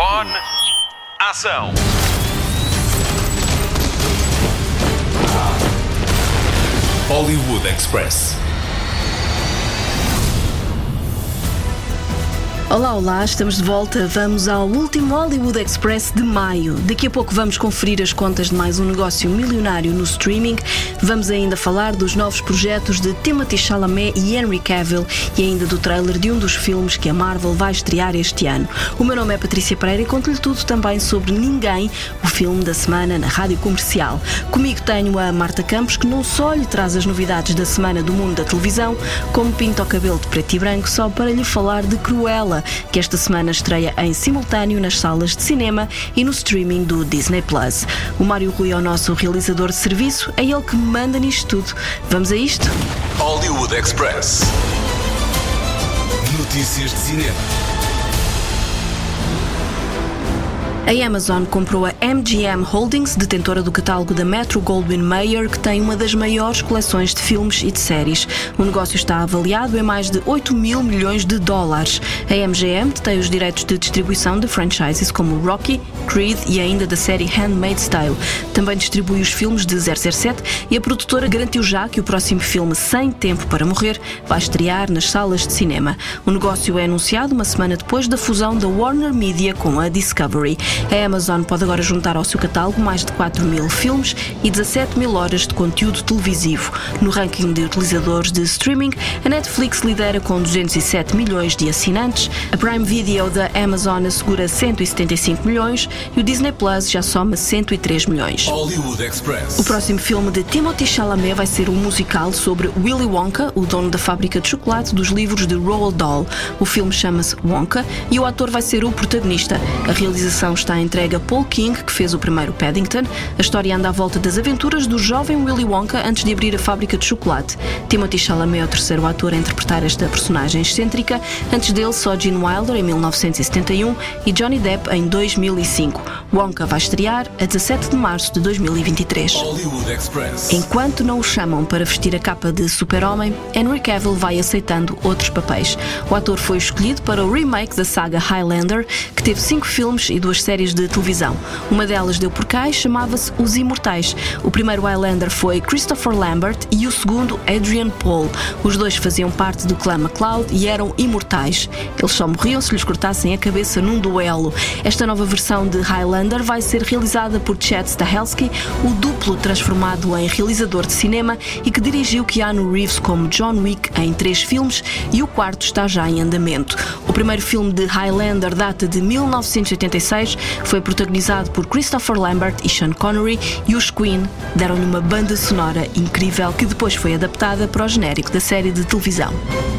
Microfone. Ação. Hollywood Express. Olá, estamos de volta. Vamos ao último Hollywood Express de maio. Daqui a pouco vamos conferir as contas de mais um negócio milionário no streaming. Vamos ainda falar dos novos projetos de Timothée Chalamet e Henry Cavill e ainda do trailer de um dos filmes que a Marvel vai estrear este ano. O meu nome é Patrícia Pereira e conto-lhe tudo também sobre Ninguém, o filme da semana na Rádio Comercial. Comigo tenho a Marta Campos, que não só lhe traz as novidades da semana do mundo da televisão, como pinta o cabelo de preto e branco só para lhe falar de Cruella, que esta semana estreia em simultâneo nas salas de cinema e no streaming do Disney+. O Mário Rui é o nosso realizador de serviço, é ele que me manda nisto tudo. Vamos a isto? Hollywood Express. Notícias de cinema. A Amazon comprou a MGM Holdings, detentora do catálogo da Metro-Goldwyn-Mayer, que tem uma das maiores coleções de filmes e de séries. O negócio está avaliado em mais de 8 mil milhões de dólares. A MGM detém os direitos de distribuição de franchises como Rocky, Creed e ainda da série Handmaid's Tale. Também distribui os filmes de 007 e a produtora garantiu já que o próximo filme, Sem Tempo para Morrer, vai estrear nas salas de cinema. O negócio é anunciado uma semana depois da fusão da Warner Media com a Discovery. A Amazon pode agora juntar ao seu catálogo mais de 4 mil filmes e 17 mil horas de conteúdo televisivo. No ranking de utilizadores de streaming, a Netflix lidera com 207 milhões de assinantes, a Prime Video da Amazon assegura 175 milhões e o Disney Plus já soma 103 milhões. Hollywood Express. O próximo filme de Timothée Chalamet vai ser um musical sobre Willy Wonka, o dono da fábrica de chocolate dos livros de Roald Dahl. O filme chama-se Wonka e o ator vai ser o protagonista. A realização está entregue a Paul King, que fez o primeiro Paddington. A história anda à volta das aventuras do jovem Willy Wonka antes de abrir a fábrica de chocolate. Timothée Chalamet é o terceiro ator a interpretar esta personagem excêntrica. Antes dele, só Gene Wilder, em 1971, e Johnny Depp, em 2005. Wonka vai estrear a 17 de março de 2023. Hollywood Express. Enquanto não o chamam para vestir a capa de Super-Homem, Henry Cavill vai aceitando outros papéis. O ator foi escolhido para o remake da saga Highlander, que teve 5 filmes e 2 séries de televisão. Uma delas deu por cá e chamava-se Os Imortais. O primeiro Highlander foi Christopher Lambert e o segundo Adrian Paul. Os dois faziam parte do clã MacLeod e eram imortais. Eles só morriam se lhes cortassem a cabeça num duelo. Esta nova versão de Highlander vai ser realizada por Chad Stahelski, o duplo transformado em realizador de cinema e que dirigiu Keanu Reeves como John Wick em 3 filmes, e o quarto está já em andamento. O primeiro filme de Highlander data de 1986, foi protagonizado por Christopher Lambert e Sean Connery, e os Queen deram-lhe uma banda sonora incrível que depois foi adaptada para o genérico da série de televisão.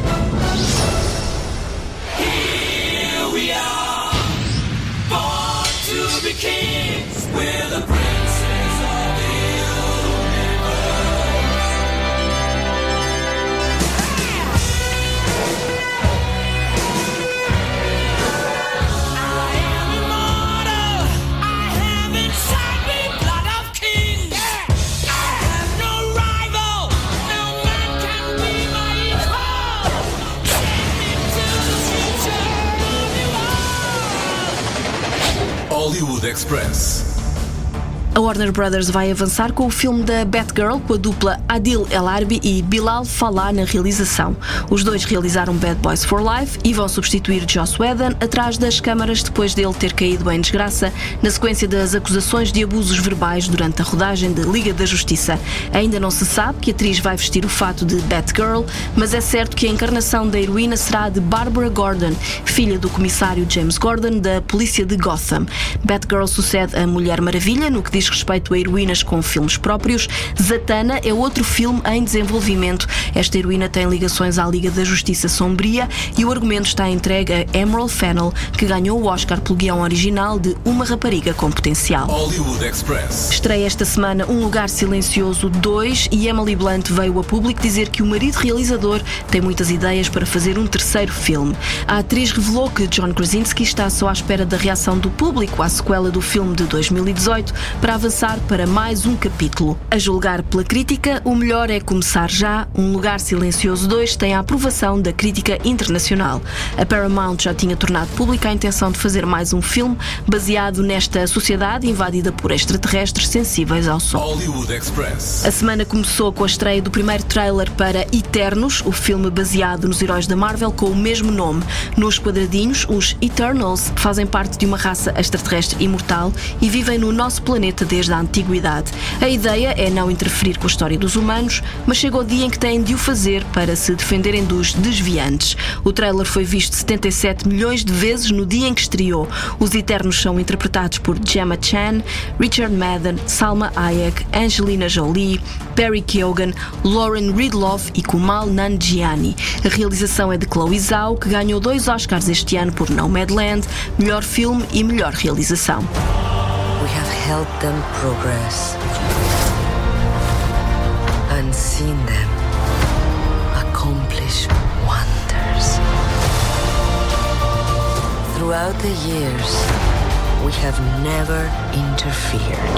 Hollywood Express. A Warner Brothers vai avançar com o filme da Batgirl, com a dupla Adil El Arbi e Bilal Fallah na realização. Os dois realizaram Bad Boys for Life e vão substituir Joss Whedon atrás das câmaras depois dele ter caído em desgraça na sequência das acusações de abusos verbais durante a rodagem de Liga da Justiça. Ainda não se sabe que a atriz vai vestir o fato de Batgirl, mas é certo que a encarnação da heroína será a de Barbara Gordon, filha do comissário James Gordon da polícia de Gotham. Batgirl sucede a Mulher Maravilha no que diz respeito a heroínas com filmes próprios. Zatanna é outro filme em desenvolvimento. Esta heroína tem ligações à Liga da Justiça Sombria e o argumento está entregue a Emerald Fennell, que ganhou o Oscar pelo guião original de Uma Rapariga com Potencial. Hollywood Express. Estreia esta semana Um Lugar Silencioso 2 e Emily Blunt veio a público dizer que o marido realizador tem muitas ideias para fazer um terceiro filme. A atriz revelou que John Krasinski está só à espera da reação do público à sequela do filme de 2018 para para avançar para mais um capítulo. A julgar pela crítica, O Melhor é Começar Já, Um Lugar Silencioso 2 tem a aprovação da crítica internacional. A Paramount já tinha tornado pública a intenção de fazer mais um filme baseado nesta sociedade invadida por extraterrestres sensíveis ao som. Hollywood Express. A semana começou com a estreia do primeiro trailer para Eternos, o filme baseado nos heróis da Marvel com o mesmo nome. Nos quadradinhos, os Eternals fazem parte de uma raça extraterrestre imortal e vivem no nosso planeta desde a antiguidade. A ideia é não interferir com a história dos humanos, mas chega o dia em que têm de o fazer para se defenderem dos desviantes. O trailer foi visto 77 milhões de vezes no dia em que estreou. Os Eternos são interpretados por Gemma Chan, Richard Madden, Salma Hayek, Angelina Jolie, Perry Keoghan, Lauren Ridloff e Kumail Nanjiani. A realização é de Chloe Zhao, que ganhou 2 Oscars este ano por Nomadland, melhor filme e melhor realização. We have helped them progress and seen them accomplish wonders. Throughout the years, we have never interfered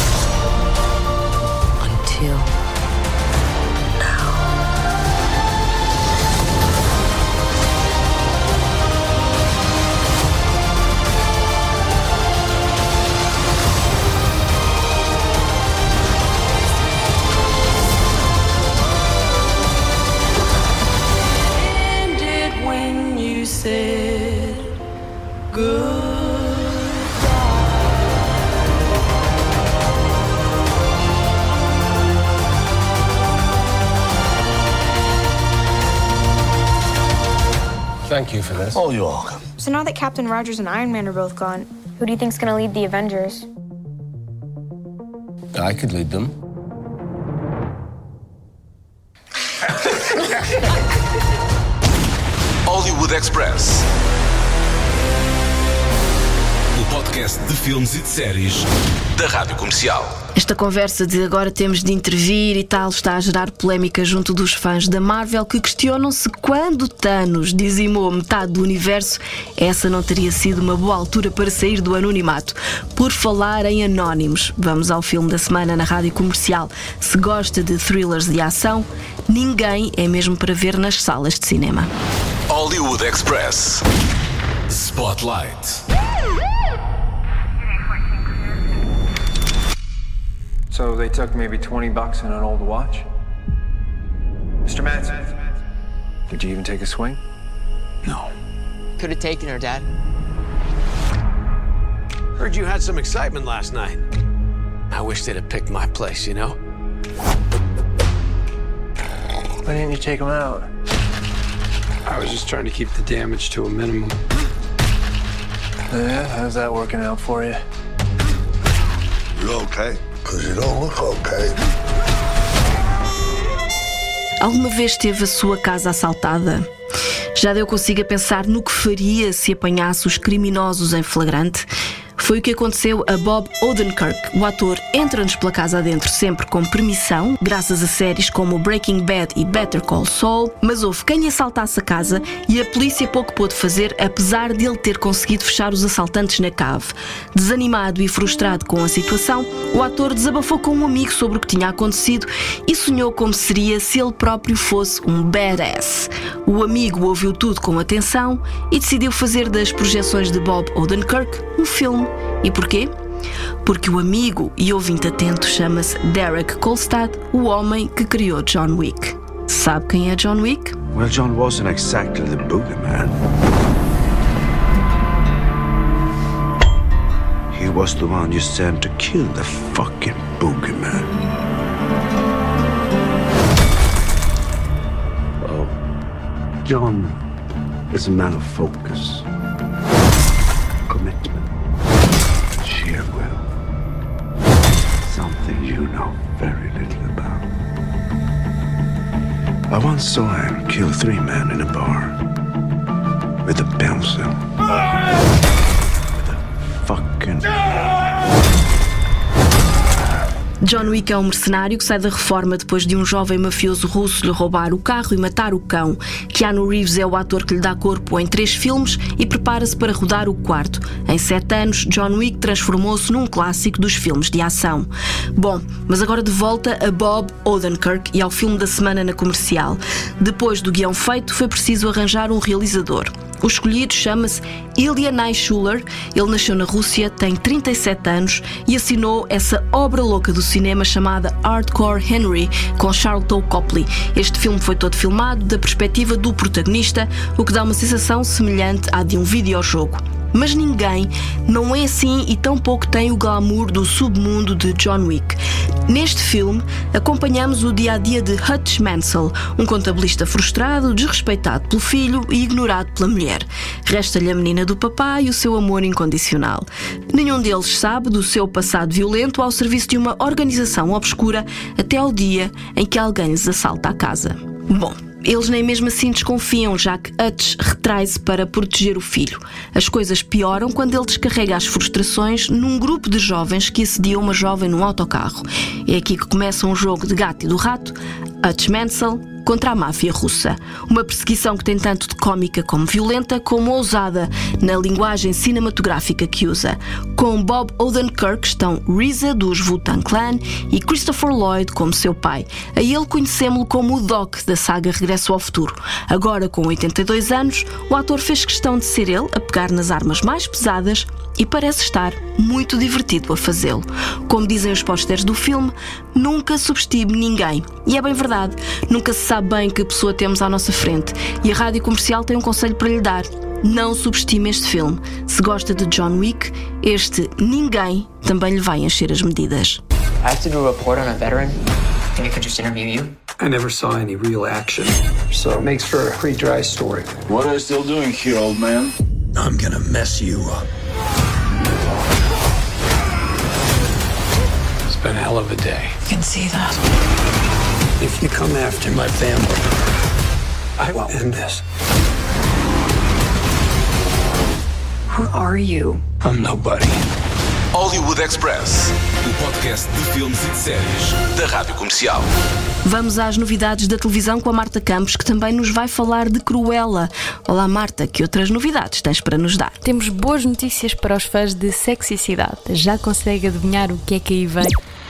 until now. Ended when you said goodbye. Thank you for this. Oh, you're welcome. So now that Captain Rogers and Iron Man are both gone, who do you think's gonna lead the Avengers? I could lead them. Hollywood Express. O podcast de filmes e de séries da Rádio Comercial. Esta conversa de agora temos de intervir e tal está a gerar polémica junto dos fãs da Marvel que questionam se quando Thanos dizimou metade do universo, essa não teria sido uma boa altura para sair do anonimato. Por falar em anónimos, vamos ao filme da semana na Rádio Comercial. Se gosta de thrillers de ação, Ninguém é mesmo para ver nas salas de cinema. Hollywood Express. Spotlight. So they took maybe $20 and an old watch? Mr. Madsen, did you even take a swing? No. Could have taken her, Dad. Heard you had some excitement last night. I wish they'd have picked my place, you know? Why didn't you take him out? I was just trying to keep the damage to a minimum. Yeah, how's that working out for you? You okay? Because you don't look okay. Alguma vez teve a sua casa assaltada? Já deu consigo a pensar no que faria se apanhasse os criminosos em flagrante? Foi o que aconteceu a Bob Odenkirk. O ator entra-nos pela casa adentro sempre com permissão, graças a séries como Breaking Bad e Better Call Saul, mas houve quem assaltasse a casa e a polícia pouco pôde fazer, apesar de ele ter conseguido fechar os assaltantes na cave. Desanimado e frustrado com a situação, o ator desabafou com um amigo sobre o que tinha acontecido e sonhou como seria se ele próprio fosse um badass. O amigo ouviu tudo com atenção e decidiu fazer das projeções de Bob Odenkirk um filme. E porquê? Porque o amigo e ouvinte atento chama-se Derek Kolstad, o homem que criou John Wick. Sabe quem é John Wick? Well, John wasn't exactly the boogeyman. He was the one you sent to kill the fucking boogeyman. Oh, John is a man of focus, commitment, sheer will. Something you know very little about. I once saw him kill 3 men in a bar with a pencil. With a fucking... John Wick é um mercenário que sai da reforma depois de um jovem mafioso russo lhe roubar o carro e matar o cão. Keanu Reeves é o ator que lhe dá corpo em 3 filmes e prepara-se para rodar o 4º. Em 7 anos, John Wick transformou-se num clássico dos filmes de ação. Bom, mas agora de volta a Bob Odenkirk e ao filme da semana na Comercial. Depois do guião feito, foi preciso arranjar um realizador. O escolhido chama-se Ilya Naishuller. Ele nasceu na Rússia, tem 37 anos e assinou essa obra louca do cinema chamada Hardcore Henry, com Sharlto Copley. Este filme foi todo filmado da perspectiva do protagonista, o que dá uma sensação semelhante à de um videojogo. Mas ninguém não é assim e tampouco tem o glamour do submundo de John Wick. Neste filme, acompanhamos o dia-a-dia de Hutch Mansell, um contabilista frustrado, desrespeitado pelo filho e ignorado pela mulher. Resta-lhe a menina do papá e o seu amor incondicional. Nenhum deles sabe do seu passado violento ao serviço de uma organização obscura até ao dia em que alguém lhes assalta a casa. Bom, eles nem mesmo assim desconfiam, já que Hutch retrai-se para proteger o filho. As coisas pioram quando ele descarrega as frustrações num grupo de jovens que assediam uma jovem num autocarro. É aqui que começa um jogo de gato e do rato, Hutch Mansell contra a máfia russa. Uma perseguição que tem tanto de cómica como violenta, como ousada na linguagem cinematográfica que usa. Com Bob Odenkirk estão RZA dos Wu-Tang Clan e Christopher Lloyd como seu pai. A ele conhecemos-lo como o Doc da saga Regresso ao Futuro. Agora, com 82 anos, o ator fez questão de ser ele a pegar nas armas mais pesadas e parece estar muito divertido a fazê-lo. Como dizem os pósteres do filme, nunca subestime ninguém. E é bem verdade, nunca se sabe bem que pessoa temos à nossa frente. E a Rádio Comercial tem um conselho para lhe dar: não subestime este filme. Se gosta de John Wick, este ninguém também lhe vai encher as medidas. I have to do a report on a veteran. Think I could just interview you? I never saw any real action, so it makes for a pretty dry story. What are you still doing here, old man? I'm gonna mess you up. It's been a hell of a day. You can see that. If you come after my family, I will end this. Who are you? I'm nobody. Hollywood Express, o podcast de filmes e de séries da Rádio Comercial. Vamos às novidades da televisão com a Marta Campos, que também nos vai falar de Cruella. Olá Marta, que outras novidades tens para nos dar? Temos boas notícias para os fãs de sexicidade. Já consegue adivinhar o que é que aí vem?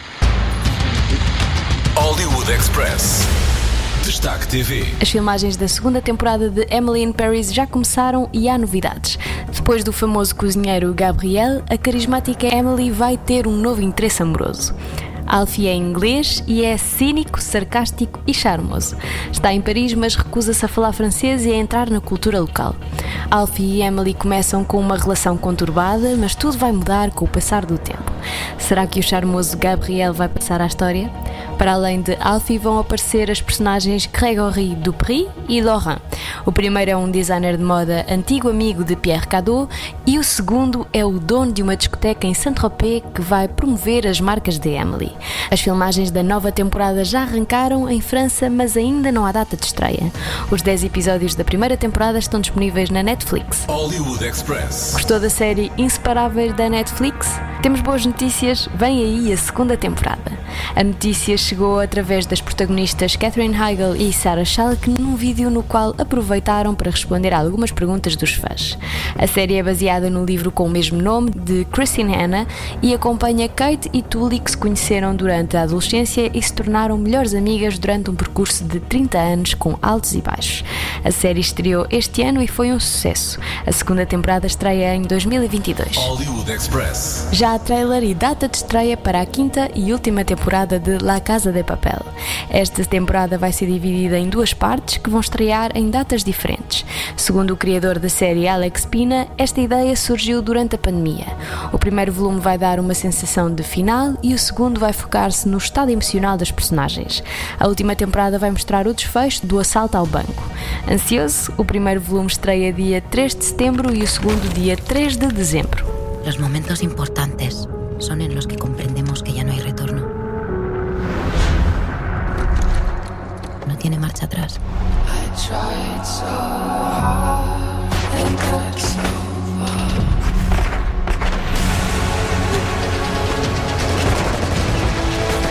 Hollywood Express. Destaque TV. As filmagens da segunda temporada de Emily in Paris já começaram e há novidades. Depois do famoso cozinheiro Gabriel, a carismática Emily vai ter um novo interesse amoroso. Alfie é inglês e é cínico, sarcástico e charmoso. Está em Paris, mas recusa-se a falar francês e a entrar na cultura local. Alfie e Emily começam com uma relação conturbada, mas tudo vai mudar com o passar do tempo. Será que o charmoso Gabriel vai passar à história? Para além de Alfie vão aparecer as personagens Grégory Dupri e Laurent. O primeiro é um designer de moda antigo amigo de Pierre Cardot e o segundo é o dono de uma discoteca em Saint-Tropez que vai promover as marcas de Emily. As filmagens da nova temporada já arrancaram em França, mas ainda não há data de estreia. Os 10 episódios da primeira temporada estão disponíveis na Netflix. Hollywood Express. Gostou da série Inseparáveis da Netflix? Temos boas notícias, vem aí a segunda temporada. A notícia chegou através das protagonistas Katherine Heigl e Sarah Schalk num vídeo no qual aproveitaram para responder a algumas perguntas dos fãs. A série é baseada no livro com o mesmo nome, de Christine Hanna, e acompanha Kate e Tully, que se conheceram durante a adolescência e se tornaram melhores amigas durante um percurso de 30 anos com altos e baixos. A série estreou este ano e foi um sucesso. A segunda temporada estreia em 2022. Hollywood Express. Já há trailer e data de estreia para a quinta e última temporada de La Casa de Papel. Esta temporada vai ser dividida em 2 partes que vão estrear em datas diferentes. Segundo o criador da série, Alex Pina, esta ideia surgiu durante a pandemia. O primeiro volume vai dar uma sensação de final e o segundo vai focar-se no estado emocional das personagens. A última temporada vai mostrar o desfecho do assalto ao banco. Ansioso, o primeiro volume estreia dia 3 de setembro e o segundo dia 3 de dezembro. Los momentos importantes son en los que comprendemos que ya no hay retorno. No tiene marcha atrás. I tried so hard and got so far.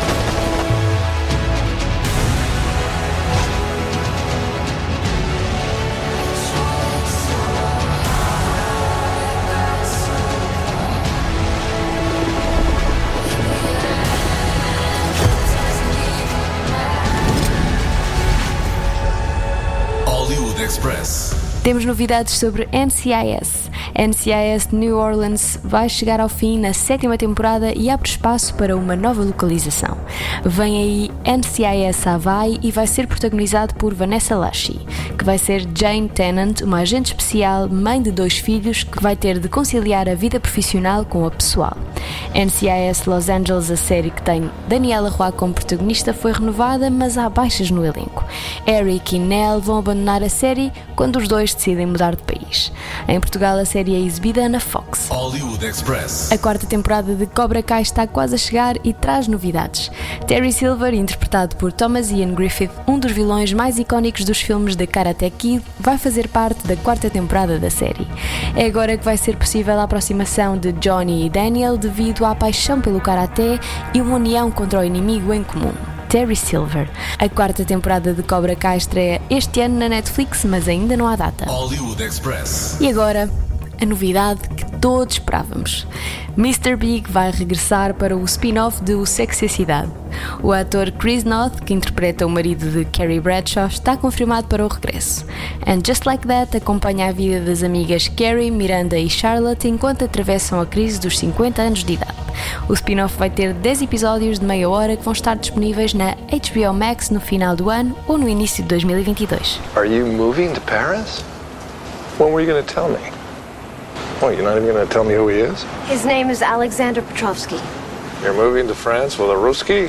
Hollywood Express. Temos novidades sobre NCIS. NCIS New Orleans vai chegar ao fim na 7ª temporada e abre espaço para uma nova localização. Vem aí NCIS Hawaii e vai ser protagonizado por Vanessa Lachey, que vai ser Jane Tennant, uma agente especial, mãe de 2 filhos, que vai ter de conciliar a vida profissional com a pessoal. NCIS Los Angeles, a série que tem Daniela Roy como protagonista, foi renovada, mas há baixas no elenco. Eric e Nell vão abandonar a série quando os dois decidem mudar de país. Em Portugal, a série é exibida na Fox. Hollywood Express. A 4ª temporada de Cobra Kai está quase a chegar e traz novidades. Terry Silver, interpretado por Thomas Ian Griffith, um dos vilões mais icónicos dos filmes de Karate Kid, vai fazer parte da 4ª temporada da série. É agora que vai ser possível a aproximação de Johnny e Daniel devido à paixão pelo karaté e uma união contra o inimigo em comum, Terry Silver. A 4ª temporada de Cobra Kai estreia este ano na Netflix, mas ainda não há data. Hollywood Express. E agora, a novidade que todos esperávamos. Mr. Big vai regressar para o spin-off de O Sexo e a Cidade. O ator Chris Noth, que interpreta o marido de Carrie Bradshaw, está confirmado para o regresso. And Just Like That acompanha a vida das amigas Carrie, Miranda e Charlotte enquanto atravessam a crise dos 50 anos de idade. O spin-off vai ter 10 episódios de meia hora que vão estar disponíveis na HBO Max no final do ano ou no início de 2022. Are you moving to Paris? When were you going to tell me? What, you're not even going to tell me who he is? His name is Alexander Petrovsky. You're moving to France with a Ruski?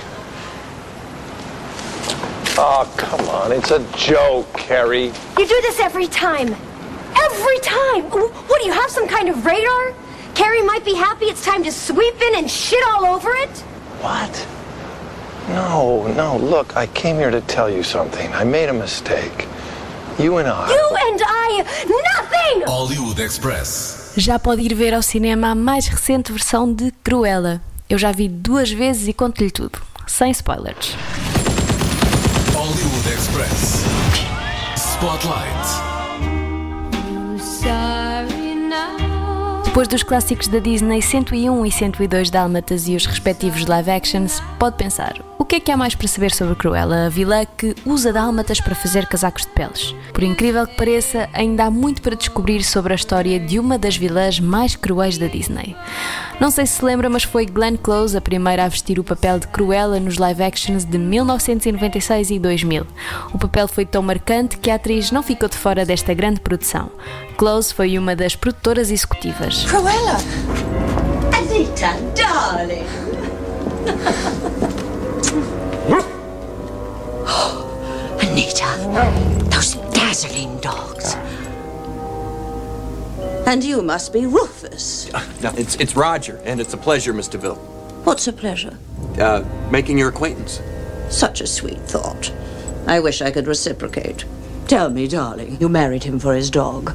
Oh, come on, it's a joke, Carrie. You do this every time. Every time! What, do you have some kind of radar? Carrie might be happy it's time to sweep in and shit all over it? What? No, look, I came here to tell you something. I made a mistake. You and I... You and I, nothing! Hollywood Express. Já pode ir ver ao cinema a mais recente versão de Cruella. Eu já vi 2 vezes e conto-lhe tudo, sem spoilers. Hollywood Express. Spotlight. Depois dos clássicos da Disney 101 e 102 Dálmatas e os respectivos live actions, pode pensar, o que há mais para saber sobre Cruella, a vilã que usa dálmatas para fazer casacos de peles? Por incrível que pareça, ainda há muito para descobrir sobre a história de uma das vilãs mais cruéis da Disney. Não sei se lembra, mas foi Glenn Close a primeira a vestir o papel de Cruella nos live actions de 1996 e 2000. O papel foi tão marcante que a atriz não ficou de fora desta grande produção. Close foi uma das produtoras executivas. Cruella! Anita, darling! Anita, those dazzling dogs. And you must be Rufus. No, it's Roger, and it's a pleasure, Miss DeVille. What's a pleasure? Making your acquaintance. Such a sweet thought. I wish I could reciprocate. Tell me, darling, you married him for his dog.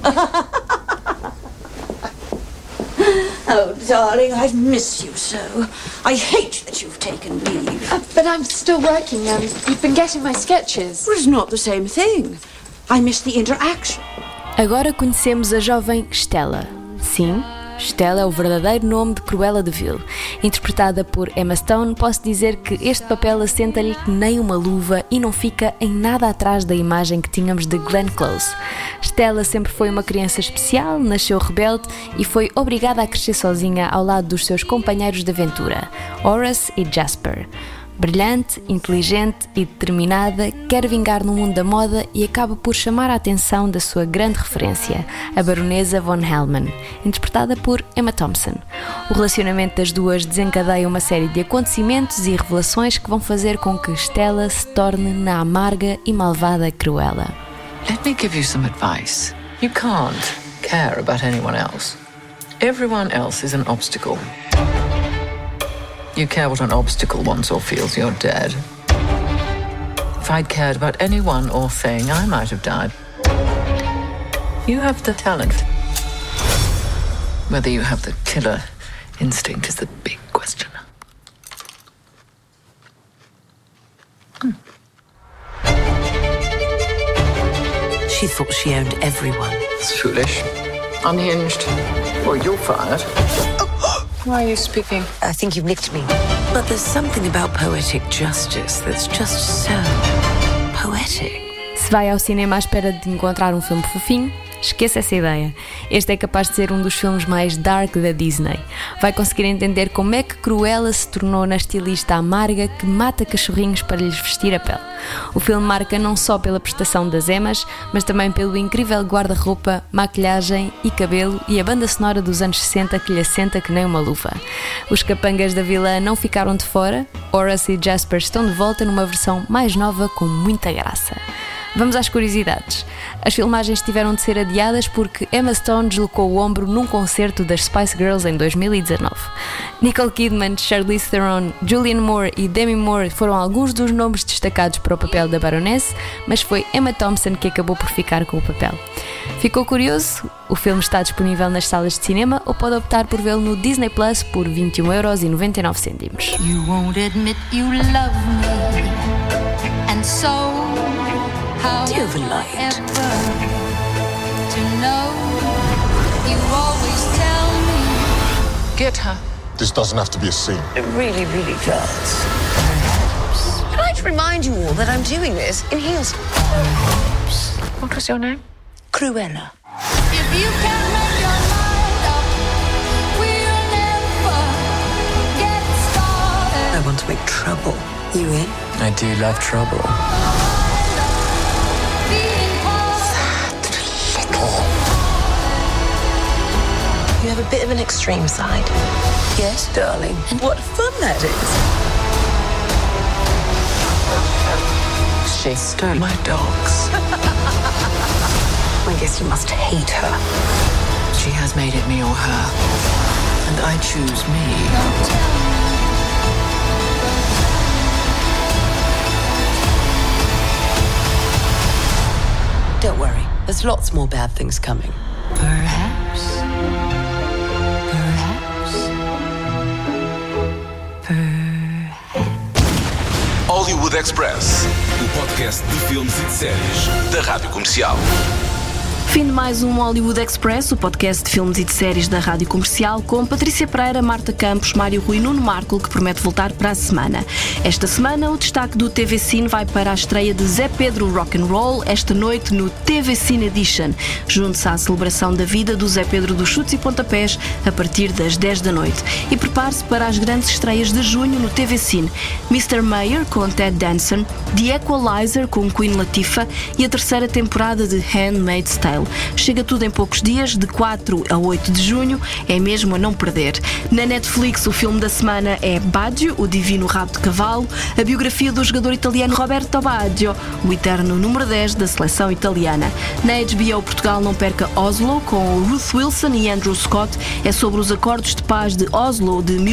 Oh, darling, I've missed you so. I hate that you've taken leave. But I'm still working, you've been getting my sketches. Well, it's not the same thing. I miss the interaction. Agora conhecemos a jovem Stella. Sim, Stella é o verdadeiro nome de Cruella de Vil. Interpretada por Emma Stone, posso dizer que este papel assenta-lhe que nem uma luva e não fica em nada atrás da imagem que tínhamos de Glenn Close. Stella sempre foi uma criança especial, nasceu rebelde e foi obrigada a crescer sozinha ao lado dos seus companheiros de aventura, Horace e Jasper. Brilhante, inteligente e determinada, quer vingar no mundo da moda e acaba por chamar a atenção da sua grande referência, a baronesa von Hellman, interpretada por Emma Thompson. O relacionamento das duas desencadeia uma série de acontecimentos e revelações que vão fazer com que Stella se torne na amarga e malvada Cruella. Let me give you some advice. You can't care about anyone else. Everyone else is an obstacle. You care what an obstacle wants or feels, you're dead. If I'd cared about anyone or thing, I might have died. You have the talent. Whether you have the killer instinct is the big question. She thought she owned everyone. It's foolish. Unhinged. Well, you're fired. Why are you speaking? I think you've nicked me. But there's something about poetic justice that's just so poetic. Se vai ao cinema à espera de encontrar um filme fofinho, esqueça essa ideia. Este é capaz de ser um dos filmes mais dark da Disney. Vai conseguir entender como é que Cruella se tornou na estilista amarga que mata cachorrinhos para lhes vestir a pele. O filme marca não só pela prestação das Emmas, mas também pelo incrível guarda-roupa, maquilhagem e cabelo e a banda sonora dos anos 60 que lhe assenta que nem uma luva. Os capangas da vilã não ficaram de fora. Horace e Jasper estão de volta numa versão mais nova com muita graça. Vamos às curiosidades. As filmagens tiveram de ser adiadas porque Emma Stone deslocou o ombro num concerto das Spice Girls em 2019. Nicole Kidman, Charlize Theron, Julianne Moore e Demi Moore foram alguns dos nomes destacados para o papel da Baroness, mas foi Emma Thompson que acabou por ficar com o papel. Ficou curioso? O filme está disponível nas salas de cinema ou pode optar por vê-lo no Disney Plus por 21,99€. You won't admit you love me, and so do you ever lie? To know, you always tell me. Get her. This doesn't have to be a scene. It really, really does. I'd like to remind you all that I'm doing this in heels. What was your name? Cruella. If you can make your mind up, we'll never get started. I want to make trouble. You in? I do love trouble. You have a bit of an extreme side. Yes, darling. And what fun that is. She stole my dogs. I guess you must hate her. She has made it me or her. And I choose me. Don't worry. There's lots more bad things coming. Perhaps. Hollywood Express, o podcast de filmes e de séries da Rádio Comercial. Fim de mais um Hollywood Express, o podcast de filmes e de séries da Rádio Comercial, com Patrícia Pereira, Marta Campos, Mário Rui e Nuno Marco, que promete voltar para a semana. Esta semana, o destaque do TV Cine vai para a estreia de Zé Pedro Rock'n'Roll, esta noite no TV Cine Edition. Junte-se à celebração da vida do Zé Pedro dos Chutes e Pontapés, a partir das 10 da noite. E prepare-se para as grandes estreias de junho no TV Cine. Mr. Mayor, com Ted Danson, The Equalizer, com Queen Latifah e a terceira temporada de Handmaid's Tale. Chega tudo em poucos dias, de 4 a 8 de junho, é mesmo a não perder. Na Netflix, o filme da semana é Baggio, o divino rabo de cavalo, a biografia do jogador italiano Roberto Baggio, o eterno número 10 da seleção italiana. Na HBO Portugal, não perca Oslo, com Ruth Wilson e Andrew Scott. É sobre os acordos de paz de Oslo de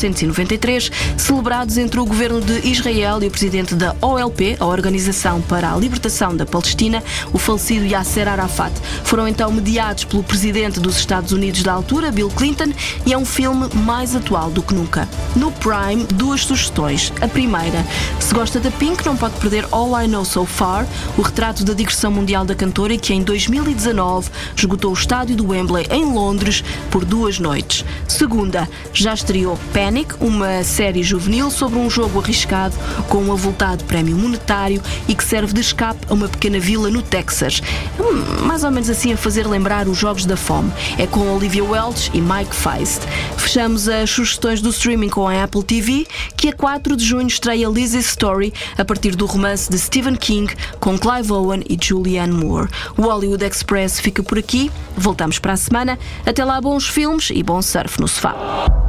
1993, celebrados entre o governo de Israel e o presidente da OLP, a Organização para a Libertação da Palestina, o falecido Yasser Arafat. Foram então mediados pelo presidente dos Estados Unidos da altura, Bill Clinton, e é um filme mais atual do que nunca. No Prime, 2 sugestões. A primeira, se gosta da Pink, não pode perder All I Know So Far, o retrato da digressão mundial da cantora, que em 2019 esgotou o estádio do Wembley em Londres por 2 noites. Segunda, já estreou Panic, uma série juvenil sobre um jogo arriscado com um avultado prémio monetário e que serve de escape a uma pequena vila no Texas. Mais ou menos assim a fazer lembrar os Jogos da Fome. É com Olivia Welch e Mike Feist. Fechamos as sugestões do streaming com a Apple TV, que a 4 de junho estreia Lizzie's Story, a partir do romance de Stephen King, com Clive Owen e Julianne Moore. O Hollywood Express fica por aqui. Voltamos para a semana. Até lá, bons filmes e bom surf no sofá.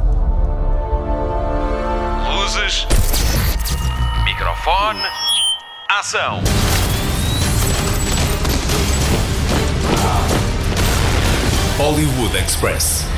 Luzes, microfone, ação. Hollywood Express.